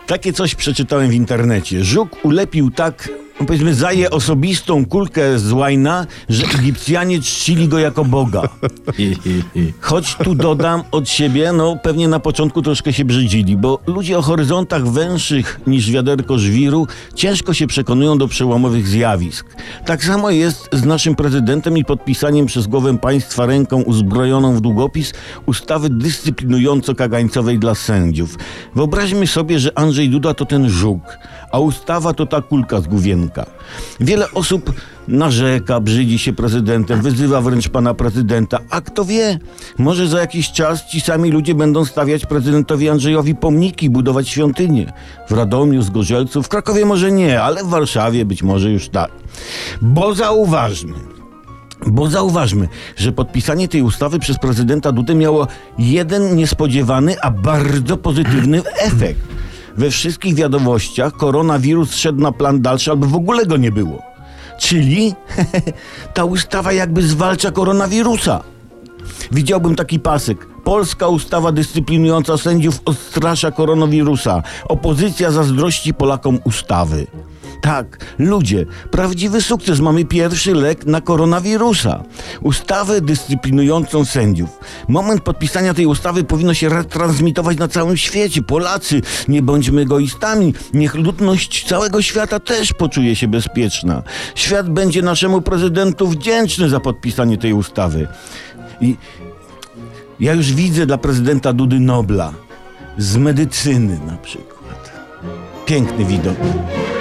Takie coś przeczytałem w internecie. Żuk ulepił tak, no powiedzmy, zaje osobistą kulkę z łajna, że Egipcjanie czcili go jako Boga. Choć tu dodam od siebie, no pewnie na początku troszkę się brzydzili, bo ludzie o horyzontach węższych niż wiaderko żwiru ciężko się przekonują do przełomowych zjawisk. Tak samo jest z naszym prezydentem i podpisaniem przez głowę państwa ręką uzbrojoną w długopis ustawy dyscyplinująco-kagańcowej dla sędziów. Wyobraźmy sobie, że Andrzej Duda to ten żuk, a ustawa to ta kulka z główienka. Wiele osób narzeka, brzydzi się prezydentem, wyzywa wręcz pana prezydenta, a kto wie, może za jakiś czas ci sami ludzie będą stawiać prezydentowi Andrzejowi pomniki, budować świątynie. W Radomiu, Zgorzelcu, w Krakowie może nie, ale w Warszawie być może już tak. Bo zauważmy, że podpisanie tej ustawy przez prezydenta Dudę miało jeden niespodziewany, a bardzo pozytywny efekt. We wszystkich wiadomościach koronawirus szedł na plan dalszy, albo w ogóle go nie było. Czyli ta ustawa jakby zwalcza koronawirusa. Widziałbym taki pasek. Polska ustawa dyscyplinująca sędziów odstrasza koronawirusa. Opozycja zazdrości Polakom ustawy. Tak, ludzie, prawdziwy sukces. Mamy pierwszy lek na koronawirusa. Ustawę dyscyplinującą sędziów. Moment podpisania tej ustawy powinno się retransmitować na całym świecie. Polacy, nie bądźmy egoistami. Niech ludność całego świata też poczuje się bezpieczna. Świat będzie naszemu prezydentu wdzięczny za podpisanie tej ustawy. I ja już widzę dla prezydenta Dudy Nobla. Z medycyny na przykład. Piękny widok.